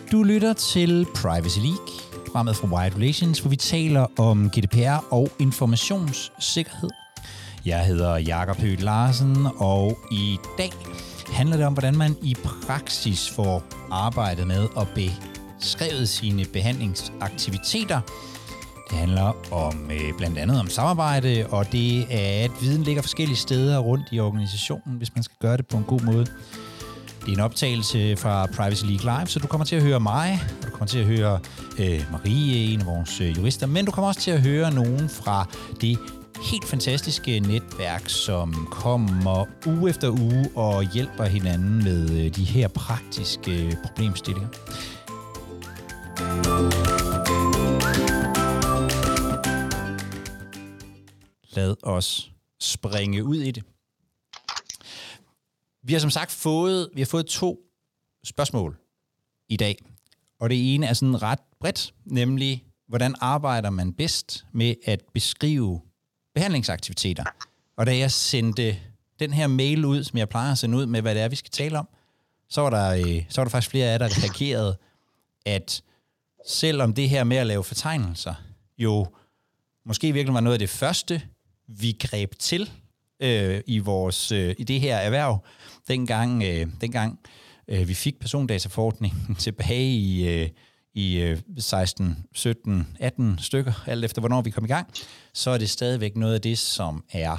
Du lytter til Privacy League, programmet fra Wired Relations, hvor vi taler om GDPR og informationssikkerhed. Jeg hedder Jakob Høgh Larsen, og i dag handler det om, hvordan man i praksis får arbejdet med at beskrive sine behandlingsaktiviteter. Det handler om blandt andet om samarbejde, og det er, at viden ligger forskellige steder rundt i organisationen, hvis man skal gøre det på en god måde. Det er en optagelse fra Privacy League Live, så du kommer til at høre mig, og du kommer til at høre Marie, en af vores jurister, men du kommer også til at høre nogen fra det helt fantastiske netværk, som kommer uge efter uge og hjælper hinanden med de her praktiske problemstillinger. Lad os springe ud i det. Vi har som sagt fået 2 spørgsmål i dag, og det ene er sådan ret bredt, nemlig hvordan arbejder man bedst med at beskrive behandlingsaktiviteter. Og da jeg sendte den her mail ud, som jeg plejer at sende ud med, hvad det er, vi skal tale om, så var der faktisk flere af jer, der reagerede, at selvom det her med at lave fortegnelser jo måske virkelig var noget af det første, vi greb til i det her erhverv, dengang vi fik persondataforordningen tilbage i 16, 17, 18 stykker, alt efter hvornår vi kom i gang, så er det stadigvæk noget af det, som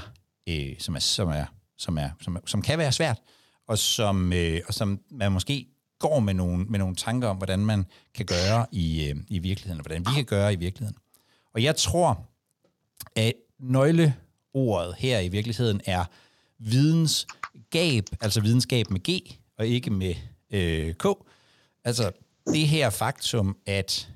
kan være svært, og som man måske går med nogle tanker om, hvordan man kan gøre i virkeligheden, og hvordan vi kan gøre i virkeligheden. Og jeg tror, at nøgleordet her i virkeligheden er vidensgab, altså videnskab med G, og ikke med K. Altså det her faktum, at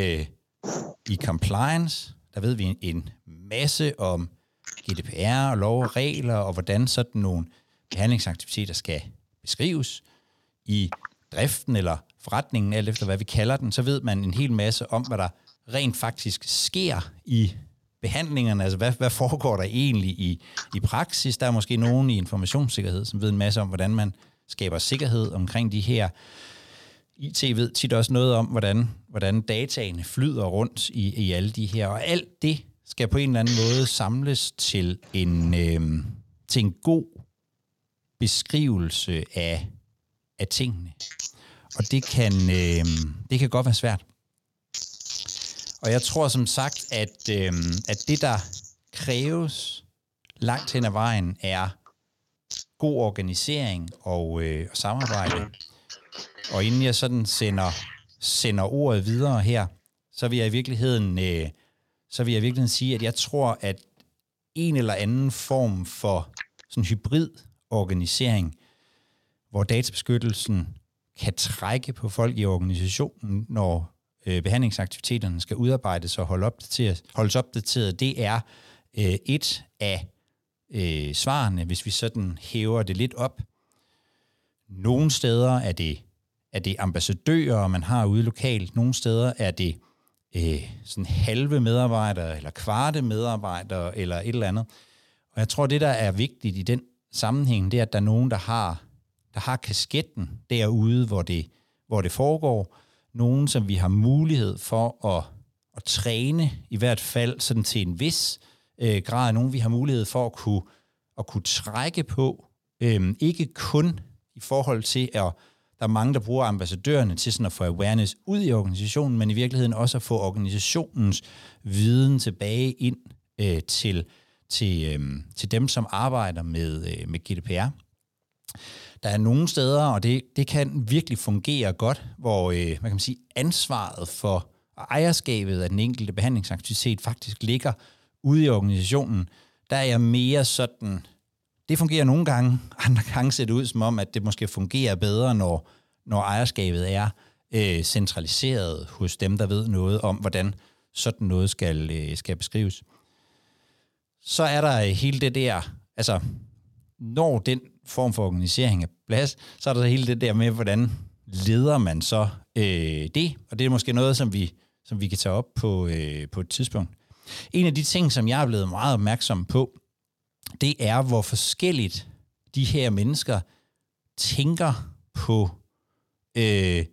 i compliance, der ved vi en masse om GDPR og lov og regler, og hvordan sådan nogle behandlingsaktiviteter skal beskrives i driften eller forretningen, alt efter hvad vi kalder den, så ved man en hel masse om, hvad der rent faktisk sker i behandlingerne, altså hvad foregår der egentlig i praksis. Der er måske nogen i informationssikkerhed, som ved en masse om, hvordan man skaber sikkerhed omkring de her. IT ved tit også noget om, hvordan dataene flyder rundt i alle de her, og alt det skal på en eller anden måde samles til en god beskrivelse af tingene. Og det kan godt være svært. Og jeg tror som sagt, at det, der kræves langt hen ad vejen, er god organisering og samarbejde. Og inden jeg sådan sender ordet videre her, så vil jeg i virkeligheden sige, at jeg tror, at en eller anden form for sådan hybrid organisering, hvor databeskyttelsen kan trække på folk i organisationen, når behandlingsaktiviteterne skal udarbejdes og holdes opdateret, det er et af svarene, hvis vi sådan hæver det lidt op. Nogle steder er det ambassadører, man har ude lokalt. Nogle steder er det sådan halve medarbejdere eller kvarte medarbejdere eller et eller andet. Og jeg tror, det der er vigtigt i den sammenhæng, det er, at der er nogen, der har kasketten derude, hvor det foregår. Nogen, som vi har mulighed for at træne, i hvert fald sådan til en vis grad. Nogen, vi har mulighed for at kunne trække på. Ikke kun i forhold til, at der er mange, der bruger ambassadørerne til sådan at få awareness ud i organisationen, men i virkeligheden også at få organisationens viden tilbage ind til dem, som arbejder med GDPR. Der er nogle steder, og det kan virkelig fungere godt, hvor man kan sige, ansvaret for ejerskabet af den enkelte behandlingsaktivitet faktisk ligger ude i organisationen. Der er jeg mere sådan, det fungerer nogle gange, andre gange ser det ud som om, at det måske fungerer bedre, når ejerskabet er centraliseret hos dem, der ved noget om, hvordan sådan noget skal beskrives. Så er der hele det der, altså når den form for organisering er plads, så er der hele det der med, hvordan leder man så det, og det er måske noget, som vi kan tage op på et tidspunkt. En af de ting, som jeg er blevet meget opmærksom på, det er, hvor forskelligt de her mennesker tænker på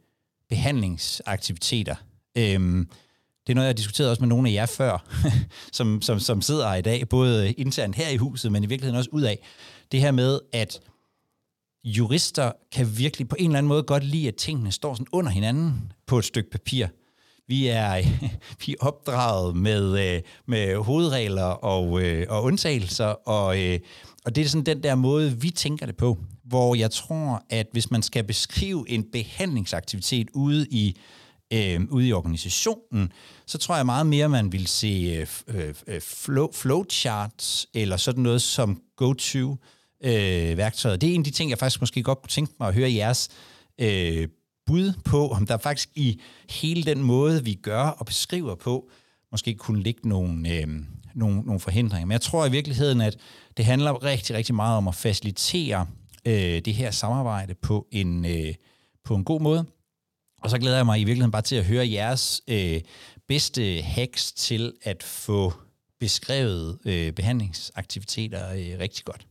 behandlingsaktiviteter. Det er noget, jeg har diskuteret også med nogle af jer før, som sidder her i dag, både internt her i huset, men i virkeligheden også udad. Det her med, at jurister kan virkelig på en eller anden måde godt lide, at tingene står sådan under hinanden på et stykke papir. Vi er opdraget med hovedregler og undtagelser, og det er sådan den der måde, vi tænker det på, hvor jeg tror, at hvis man skal beskrive en behandlingsaktivitet ude i organisationen, så tror jeg meget mere, man vil se flowcharts eller sådan noget som go-to-værktøjet. Det er en af de ting, jeg faktisk måske godt kunne tænke mig at høre jeres bud på, om der faktisk i hele den måde, vi gør og beskriver på, måske kunne ligge nogle forhindringer. Men jeg tror i virkeligheden, at det handler rigtig, rigtig meget om at facilitere det her samarbejde på en god måde. Og så glæder jeg mig i virkeligheden bare til at høre jeres bedste hacks til at få beskrevet behandlingsaktiviteter rigtig godt.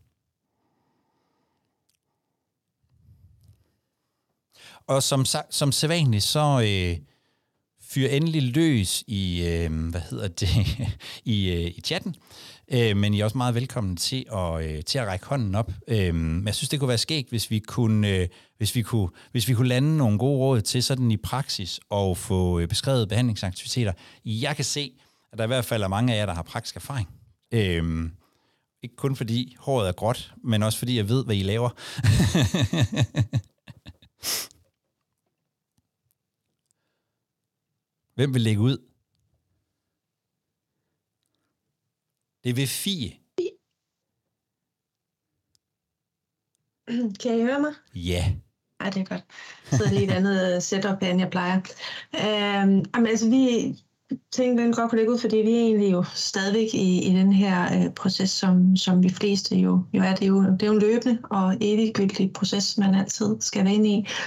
Og som sædvanligt, så fyr endelig løs i i chatten. Men I er også meget velkommen til at række hånden op. Jeg synes, det kunne være skægt, hvis vi kunne lande nogle gode råd til sådan i praksis og få beskrevet behandlingsaktiviteter. Jeg kan se, at der i hvert fald er mange af jer, der har praktisk erfaring. Ikke kun fordi håret er gråt, men også fordi jeg ved, hvad I laver. Hvem vil lægge ud? Det vil Fie. Kan I høre mig? Ja. Ej, det er godt. Så er lige et andet setup, end jeg plejer. Vi tænkte, den godt kunne lægge ud, fordi vi er egentlig jo stadigvæk i den her proces, som vi fleste jo er. Det er jo en løbende og eviggyldig proces, man altid skal være inde i.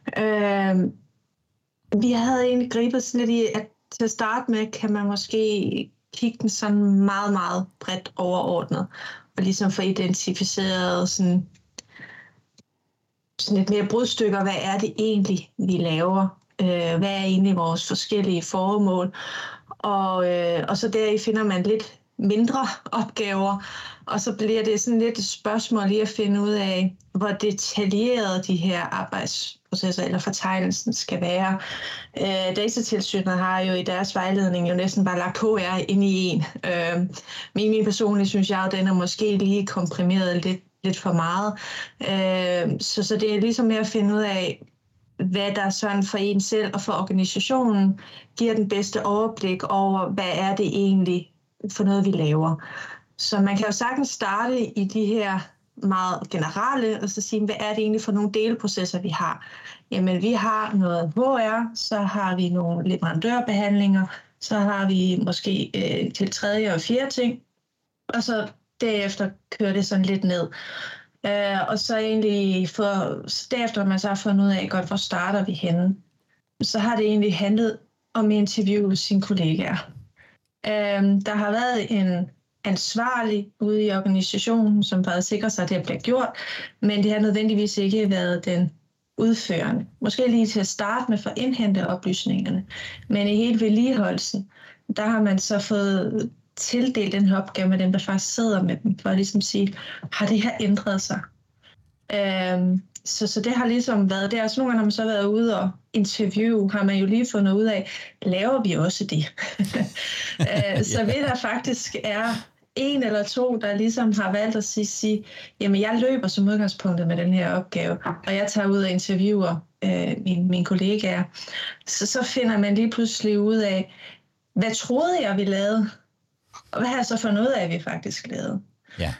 Vi havde egentlig grebet sådan lidt i, at til at starte med, kan man måske kigge den sådan meget, meget bredt overordnet, og ligesom få identificeret sådan lidt mere brudstykker, hvad er det egentlig, vi laver? Hvad er egentlig vores forskellige formål? Og så deri finder man lidt mindre opgaver, og så bliver det sådan lidt et spørgsmål lige at finde ud af, hvor detaljeret de her arbejdsprocesser eller fortegnelsen skal være. Datatilsynet har jo i deres vejledning jo næsten bare lagt HR ind i en. Min personligt synes jeg, at den er måske lige komprimeret lidt for meget. Så det er ligesom med at finde ud af, hvad der sådan for en selv og for organisationen giver den bedste overblik over, hvad er det egentlig for noget, vi laver. Så man kan jo sagtens starte i de her meget generelle, og så sige, hvad er det egentlig for nogle delprocesser, vi har? Jamen, vi har noget HR, så har vi nogle leverandørbehandlinger, så har vi måske til tredje og fjerde ting, og så derefter kører det sådan lidt ned. Og så egentlig, derefter man så har fundet ud af, godt, hvor starter vi henne, så har det egentlig handlet om at interviewe sine kollegaer. Der har været en ansvarlig ude i organisationen, som bare sikrer sig, at det bliver gjort, men det har nødvendigvis ikke været den udførende. Måske lige til at starte med for at indhente oplysningerne, men i hele vedligeholdelsen, der har man så fået tildelt den her opgave med dem, der faktisk sidder med dem, for at ligesom sige, har det her ændret sig? Så det har ligesom været der. Så nogle gange har man så været ude og interview, har man jo lige fundet ud af, laver vi også det? Så ved der faktisk er en eller to, der ligesom har valgt at sige, jamen jeg løber som udgangspunktet med den her opgave, og jeg tager ud og interviewer mine kollegaer, så finder man lige pludselig ud af, hvad troede jeg, vi lavede? Og hvad har jeg så fundet ud af, at vi faktisk lavede? Ja.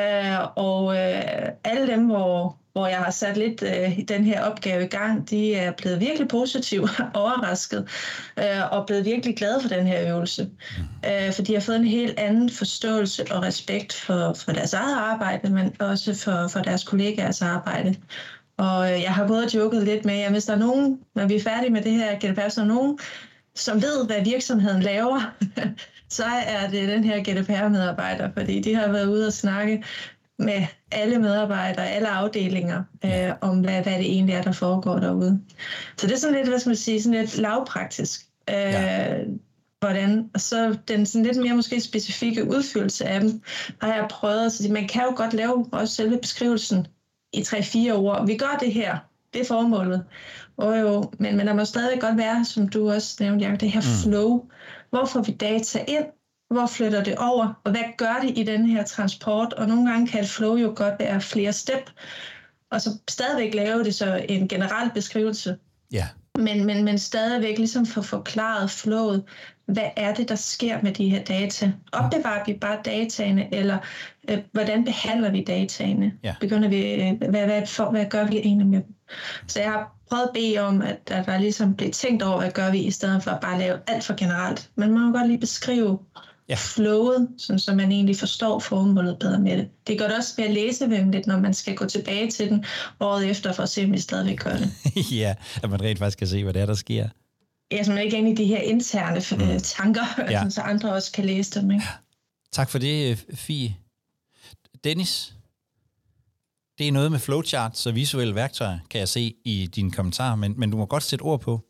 Alle dem, hvor jeg har sat lidt den her opgave i gang, de er blevet virkelig positivt overrasket og blevet virkelig glade for den her øvelse. For de har fået en helt anden forståelse og respekt for deres eget arbejde, men også for deres kollegaers arbejde. Og jeg har både joket lidt med, at hvis der er nogen, når vi er færdige med det her, kan det passe, der er nogen, som ved, hvad virksomheden laver, så er det den her GDPR-medarbejder, fordi de har været ude og snakke med alle medarbejdere, alle afdelinger, om hvad det egentlig er, der foregår derude. Så det er sådan lidt, hvad skal man sige, sådan lidt lavpraktisk. Hvordan, og så den sådan lidt mere måske specifikke udførelse af dem, har jeg prøvet. Så man kan jo godt lave også selve beskrivelsen i 3-4 ord. Vi gør det her. Det er formålet. Men der må stadig godt være, som du også nævnte, Jacob, det her flow. Hvor får vi data ind? Hvor flytter det over? Og hvad gør det i den her transport? Og nogle gange kan et flow jo godt være flere step. Og så stadigvæk lave det så en generel beskrivelse. Ja. Men stadigvæk ligesom få forklaret flowet. Hvad er det, der sker med de her data? Opbevarer vi bare dataene, eller hvordan behandler vi dataene? Ja. Begynder vi, hvad gør vi egentlig med dem? Så jeg har prøvet at bede om, at der ligesom bliver tænkt over, hvad gør vi, i stedet for at bare lave alt for generelt. Men man må godt lige beskrive flowet, så man egentlig forstår formålet bedre med det. Det gør det også mere læsevenligt, når man skal gå tilbage til den året efter, for at se, om vi stadigvæk gør det. Ja, at man rent faktisk kan se, hvad det er, der sker. Ja, så man ikke er inde i de her interne tanker, så andre også kan læse dem. Ikke? Tak for det, Fie. Dennis, det er noget med flowcharts og visuelle værktøjer, kan jeg se i dine kommentarer, men du må godt sætte ord på.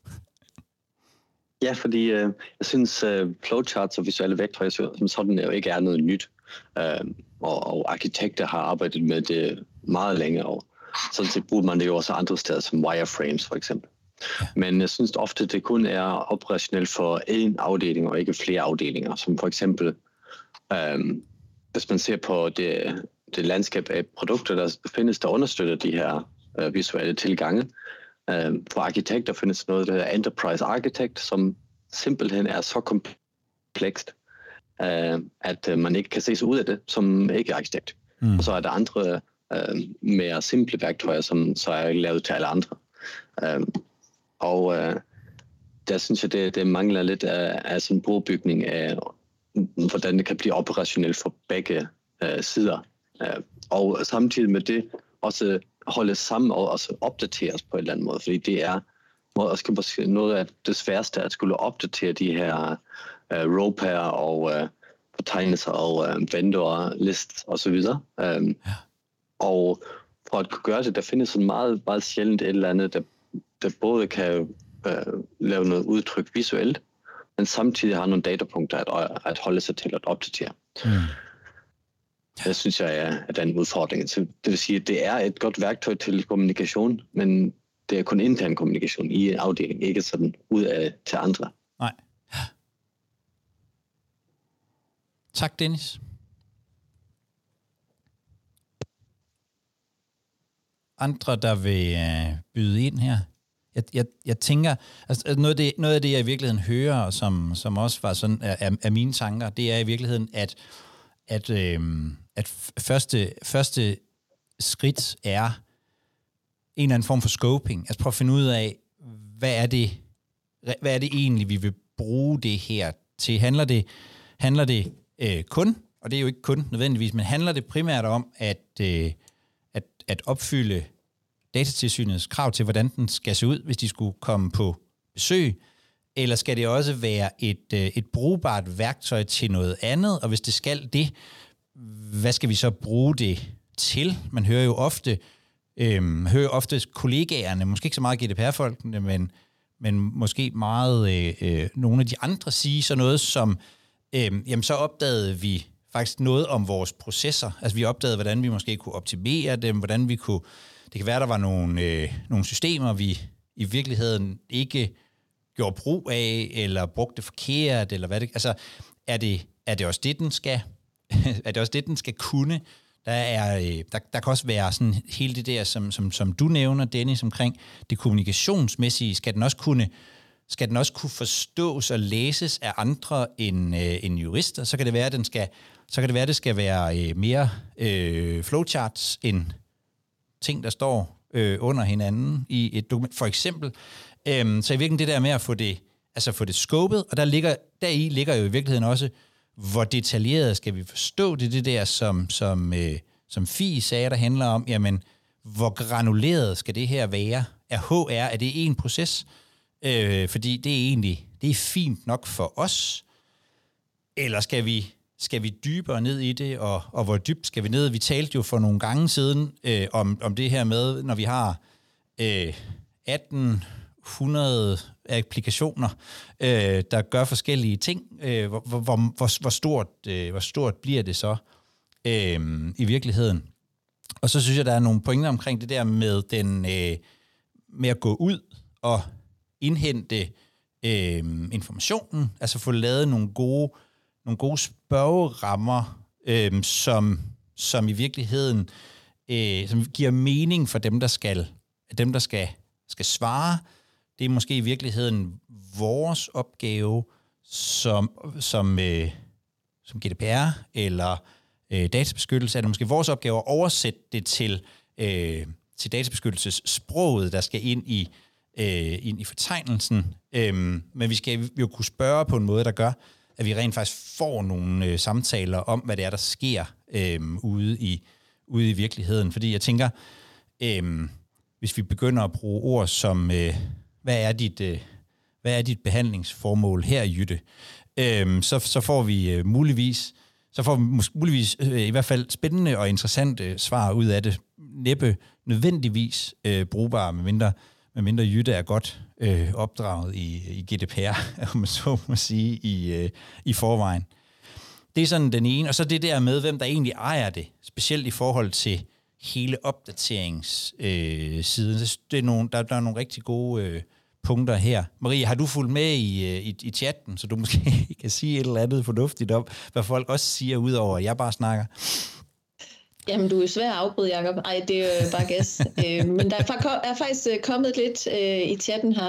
Ja, fordi jeg synes, flowcharts og visuelle værktøjer som sådan jo ikke er noget nyt. Og arkitekter har arbejdet med det meget længe, og sådan set bruger man det jo også andre steder, som wireframes for eksempel. Ja. Men jeg synes ofte, det kun er operationelt for en afdeling og ikke flere afdelinger, som for eksempel, hvis man ser på det landskab af produkter, der findes, der understøtter de her visuelle tilgange. For arkitekter findes noget, der hedder Enterprise Architect, som simpelthen er så komplekst, at man ikke kan se sig ud af det som ikke-arkitekt. Og så er der andre mere simple værktøjer, som så er lavet til alle andre. Der synes jeg, det mangler lidt af sådan en brobygning af, hvordan det kan blive operationelt for begge sider. Og samtidig med det også holdes sammen og også opdateres på en eller anden måde, fordi det er måske noget af det sværeste at skulle opdatere de her row-pair og fortegnelser og vendor lists osv. Og for at kunne gøre det, der findes sådan meget, meget sjældent et eller andet, der både kan lave noget udtryk visuelt, men samtidig har nogle datapunkter at holde sig til at opdatere. Det synes jeg er den udfordring. Så det vil sige, at det er et godt værktøj til kommunikation, men det er kun intern kommunikation i en afdeling, ikke sådan ud af til andre. Nej. Tak, Dennis. Andre, der vil byde ind her? Jeg tænker, altså noget af det, jeg i virkeligheden hører, som også var sådan af mine tanker, det er i virkeligheden, at første skridt er en eller anden form for scoping. Altså prøv at finde ud af, hvad er det egentlig, vi vil bruge det her til? Handler det kun, og det er jo ikke kun nødvendigvis, men handler det primært om at opfylde Datatilsynets krav til, hvordan den skal se ud, hvis de skulle komme på besøg, eller skal det også være et brugbart værktøj til noget andet, og hvis det skal det, hvad skal vi så bruge det til? Man hører jo ofte kollegaerne, måske ikke så meget GDPR-folkene, men måske meget nogle af de andre sige sådan noget som, jamen så opdagede vi faktisk noget om vores processer. Altså vi opdagede, hvordan vi måske kunne optimere dem, hvordan vi kunne. Det kan være, der var nogle systemer, vi i virkeligheden ikke gjorde brug af, eller brugte forkert, eller hvad det. Altså er det også det, den skal? Er det også det, den skal kunne? Der kan også være sådan hele det der, som du nævner, Dennis, omkring det kommunikationsmæssige. Skal den også kunne forstås og læses af andre end jurister? Så kan det være, at det skal være mere flowcharts end ting, der står under hinanden i et dokument, for eksempel. Så i virkeligheden det der med at få det scopet, og deri ligger jo i virkeligheden også, hvor detaljeret skal vi forstå det der, som Fie sagde, der handler om, jamen, hvor granuleret skal det her være? Er det en proces? Fordi det er fint nok for os, eller skal vi dybere ned i det, og hvor dybt skal vi ned? Vi talte jo for nogle gange siden om det her med, når vi har 1800 applikationer, der gør forskellige ting. Hvor stort bliver det så i virkeligheden? Og så synes jeg, der er nogle pointer omkring det der med med at gå ud og indhente informationen, altså få lavet nogle gode spørgerammer, som i virkeligheden som giver mening for dem, der skal svare. Det er måske i virkeligheden vores opgave som GDPR eller databeskyttelse, er det måske vores opgave at oversætte det til databeskyttelsessproget, der skal ind i fortegnelsen. Men vi skal jo kunne spørge på en måde, der gør, at vi rent faktisk får nogle samtaler om, hvad det er, der sker ude i virkeligheden. Fordi jeg tænker, hvis vi begynder at bruge ord som, hvad er dit behandlingsformål her, Jytte, så får vi muligvis i hvert fald spændende og interessante svar ud af det. Næppe nødvendigvis brugbare, medmindre Jytte er godt opdraget i GDPR, om man så må sige, i forvejen. Det er sådan den ene. Og så det der med, hvem der egentlig ejer det, specielt i forhold til hele opdateringssiden. Der er nogle rigtig gode punkter her. Marie, har du fulgt med i chatten, så du måske kan sige et eller andet fornuftigt om, hvad folk også siger, udover at jeg bare snakker? Jamen, du er svær at afbryde, Jacob. Ej, det er jo bare gas. Men der er faktisk kommet lidt i chatten her.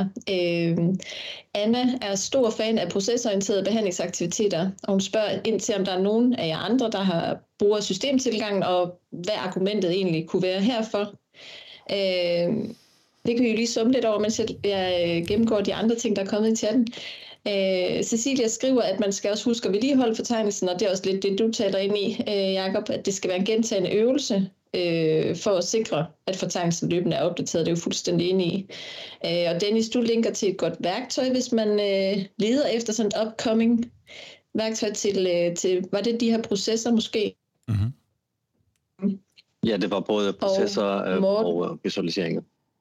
Anna er stor fan af procesorienterede behandlingsaktiviteter, og hun spørger ind til, om der er nogen af jer andre, der bruger systemtilgangen, og hvad argumentet egentlig kunne være herfor. Det kan vi jo lige summe lidt over, mens jeg gennemgår de andre ting, der er kommet i chatten. Cecilia skriver, at man skal også huske at vedligeholde fortegnelsen, og det er også lidt det, du taler ind i, Jacob, at det skal være en gentagende øvelse for at sikre, at fortegnelsen løbende er opdateret. Det er jo fuldstændig inde i. Og Dennis, du linker til et godt værktøj, hvis man leder efter sådan et upcoming værktøj til var det de her processer måske? Mm-hmm. Ja, det var både processer og visualiseringer.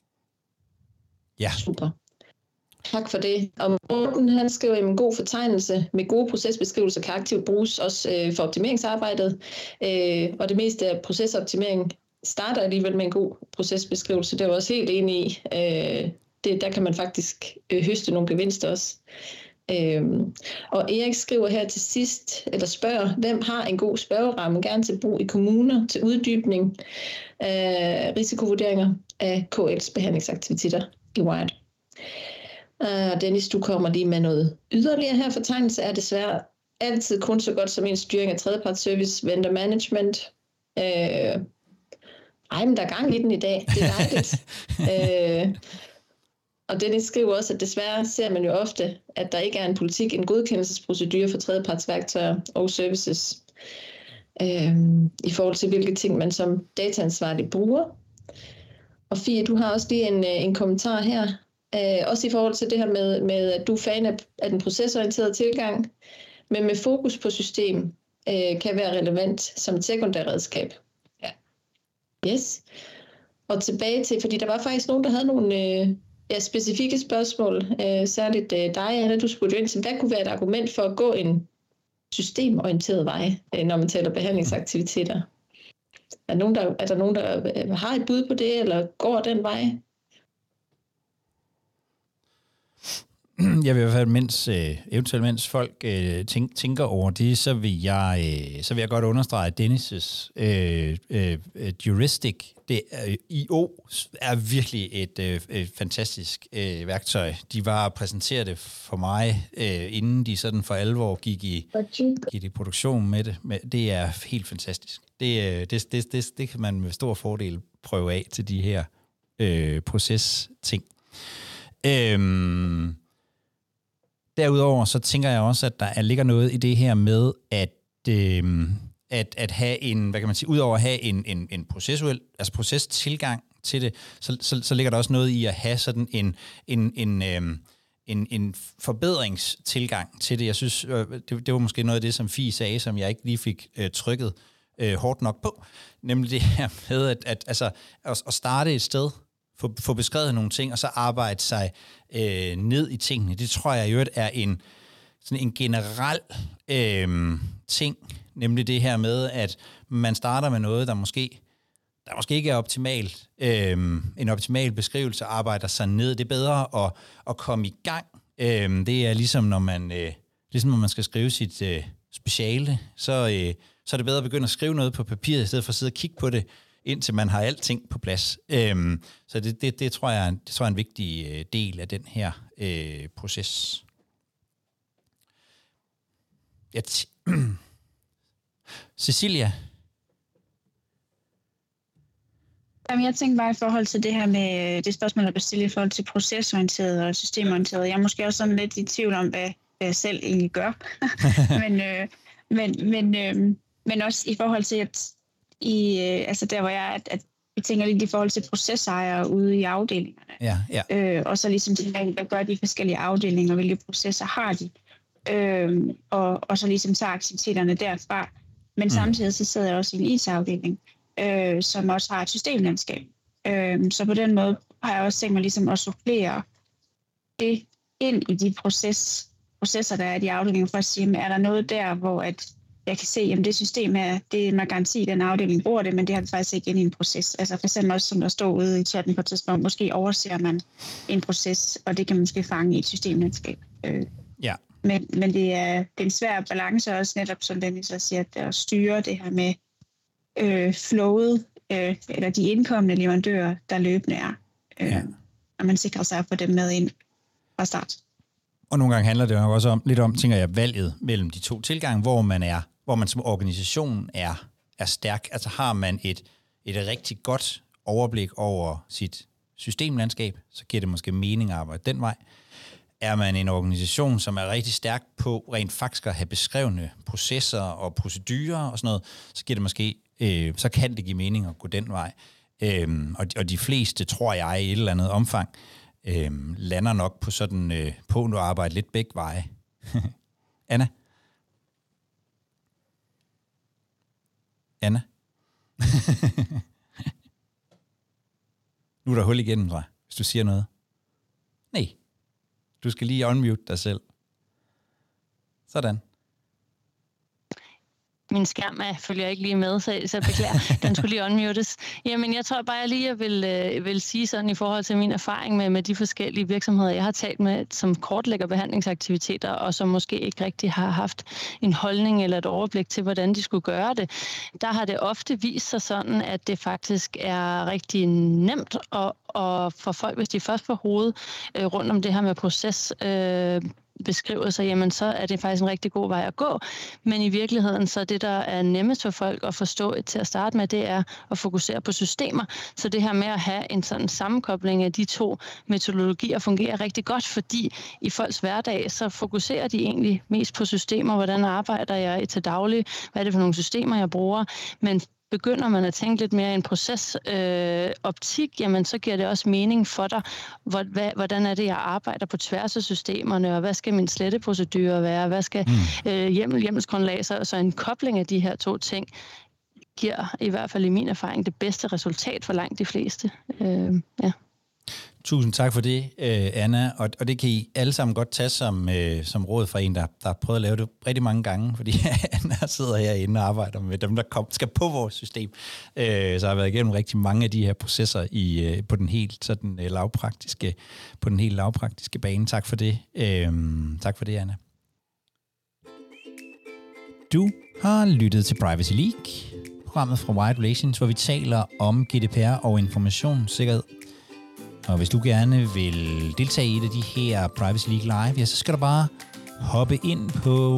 Ja. Super. Tak for det. Og Morten, han skriver, at en god fortegnelse med gode procesbeskrivelser kan aktivt bruges også for optimeringsarbejdet. Og det meste af procesoptimering starter alligevel med en god procesbeskrivelse. Det er jeg også helt enig i. Der kan man faktisk høste nogle gevinster også. Og Erik skriver her til sidst, eller spørger, hvem har en god spørgeramme, gerne til brug i kommuner, til uddybning af risikovurderinger af KL's behandlingsaktiviteter i Wired. Dennis, du kommer lige med noget yderligere her. Fortegnelse er desværre altid kun så godt som en styring af tredjepartsservice, vendor management. Men der er gang i den i dag. Det er dejligt. Og Dennis skriver også, at desværre ser man jo ofte, at der ikke er en politik, en godkendelsesprocedure for tredjepartsværktøjer og services i forhold til, hvilke ting man som dataansvarlig bruger. Og Fie, du har også lige en kommentar her. Også i forhold til det her med at du er fan af den procesorienterede tilgang, men med fokus på system kan være relevant som et sekundært redskab. Ja. Yes. Og tilbage til, fordi der var faktisk nogen, der havde nogle specifikke spørgsmål, særligt dig, Anna, du spurgte ind til, hvad kunne være et argument for at gå en systemorienteret vej, når man taler behandlingsaktiviteter? Er der nogen, der har et bud på det, eller går den vej? Jeg vil i hvert fald, mens folk tænker over det, så vil jeg godt understrege, at Dennis' heuristic, IO, er virkelig et fantastisk værktøj. De var præsenteret det for mig, inden de sådan for alvor gik i produktion med det. Det er helt fantastisk. Det kan man med stor fordel prøve af til de her procesting. Derudover så tænker jeg også, at der ligger noget i det her med, at have en, hvad kan man sige, udover at have en processuel, altså procestilgang til det, så ligger der også noget i at have sådan en forbedringstilgang til det. Jeg synes, det var måske noget af det, som Fie sagde, som jeg ikke lige fik trykket hårdt nok på. Nemlig det her med at starte et sted, få beskrevet nogle ting, og så arbejde sig ned i tingene. Det tror jeg jo er sådan en generel ting, nemlig det her med, at man starter med noget, der måske ikke er optimalt. En optimal beskrivelse arbejder sig ned. Det er bedre at komme i gang. Det er ligesom, når man skal skrive sit speciale, så er det bedre at begynde at skrive noget på papiret, i stedet for at sidde og kigge på det, indtil man har alting på plads. Så det tror jeg er en vigtig del af den her proces. Cecilia? Jamen, jeg tænker bare i forhold til det her med det spørgsmål, der blev stillet i forhold til procesorienteret og systemorienteret. Jeg er måske også sådan lidt i tvivl om, hvad jeg selv egentlig gør. men også i forhold til, at altså der hvor jeg er, at vi tænker lidt i forhold til procesejere ude i afdelingerne. Ja. Og så ligesom hvad gør de forskellige afdelinger, hvilke processer har de. Og så ligesom tager aktiviteterne derfra. Men samtidig så sidder jeg også i en IT-afdeling, som også har et systemlandskab. Så på den måde har jeg også tænkt mig ligesom at supplere det ind i de processer, der er i de afdelinger, for at sige, er der noget der, hvor at jeg kan se, at det system er, det er med garanti, den afdeling bruger det, men det har det faktisk ikke ind i en proces. Altså for eksempel også, som der står ude i chatten på et tidspunkt, måske overser man en proces, og det kan man måske fange i et systemlandskab. Ja. Men det er en svær balance også, netop som Dennis også siger, at styre det her med flowet, eller de indkommende leverandører, der løbende er. Og man sikrer sig at få dem med ind fra start. Og nogle gange handler det jo også lidt om, tænker jeg, valget mellem de to tilgange, hvor man som organisation er stærk. Altså har man et rigtig godt overblik over sit systemlandskab, så giver det måske mening at arbejde den vej. Er man en organisation, som er rigtig stærk på rent faktisk at have beskrevne processer og procedurer og sådan noget, så giver det måske, så kan det give mening at gå den vej. Og de fleste, tror jeg, i et eller andet omfang, lander nok på sådan på at arbejde lidt begge veje. Anna? Nu er der hul igennem, tror jeg, hvis du siger noget. Nej. Du skal lige unmute dig selv. Sådan. Min skærm følger ikke lige med, så beklager. Den skulle lige unmutes. Jamen, jeg tror bare, jeg vil sige sådan i forhold til min erfaring med de forskellige virksomheder, jeg har talt med, som kortlægger behandlingsaktiviteter, og som måske ikke rigtig har haft en holdning eller et overblik til, hvordan de skulle gøre det. Der har det ofte vist sig sådan, at det faktisk er rigtig nemt og for folk, hvis de først får hovedet rundt om det her med proces, beskrivelser, jamen så er det faktisk en rigtig god vej at gå. Men i virkeligheden, så det, der er nemmest for folk at forstå til at starte med, det er at fokusere på systemer. Så det her med at have en sådan sammenkobling af de to metodologier fungerer rigtig godt, fordi i folks hverdag, så fokuserer de egentlig mest på systemer. Hvordan arbejder jeg til daglig? Hvad er det for nogle systemer, jeg bruger? Men begynder man at tænke lidt mere i en procesoptik, jamen så giver det også mening for dig, hvordan er det, jeg arbejder på tværs af systemerne, og hvad skal min sletteprocedure være, hvad skal hjemmelsgrundlag, så en kobling af de her to ting giver i hvert fald i min erfaring det bedste resultat for langt de fleste. Ja. Tusind tak for det, Anna, og det kan I alle sammen godt tage som råd fra en, der har prøvet at lave det rigtig mange gange, fordi Anna sidder herinde og arbejder med dem, der skal på vores system. Så har været igennem rigtig mange af de her processer på den helt lavpraktiske bane. Tak for det. Tak for det, Anna. Du har lyttet til Privacy League, programmet fra Wired Relations, hvor vi taler om GDPR og informationssikkerhed. Og hvis du gerne vil deltage i et af de her Privacy League Live, ja, så skal du bare hoppe ind på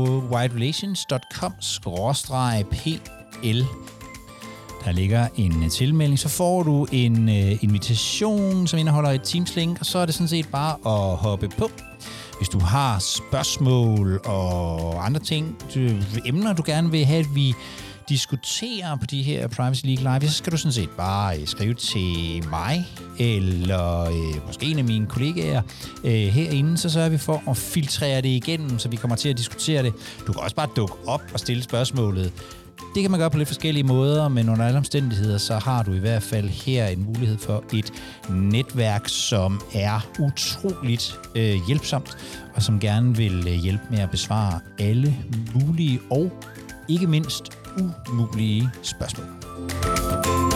wiredrelations.com/pl. Der ligger en tilmelding, så får du en invitation, som indeholder et Teams-link, og så er det sådan set bare at hoppe på. Hvis du har spørgsmål og andre ting, emner du gerne vil have, at vi diskutere på de her Privacy League Live, så skal du sådan set bare skrive til mig, eller måske en af mine kollegaer herinde, så sørger vi for at filtrere det igennem, så vi kommer til at diskutere det. Du kan også bare dukke op og stille spørgsmålet. Det kan man gøre på lidt forskellige måder, men under alle omstændigheder, så har du i hvert fald her en mulighed for et netværk, som er utroligt hjælpsomt, og som gerne vil hjælpe med at besvare alle mulige og ikke mindst umulige spørgsmål.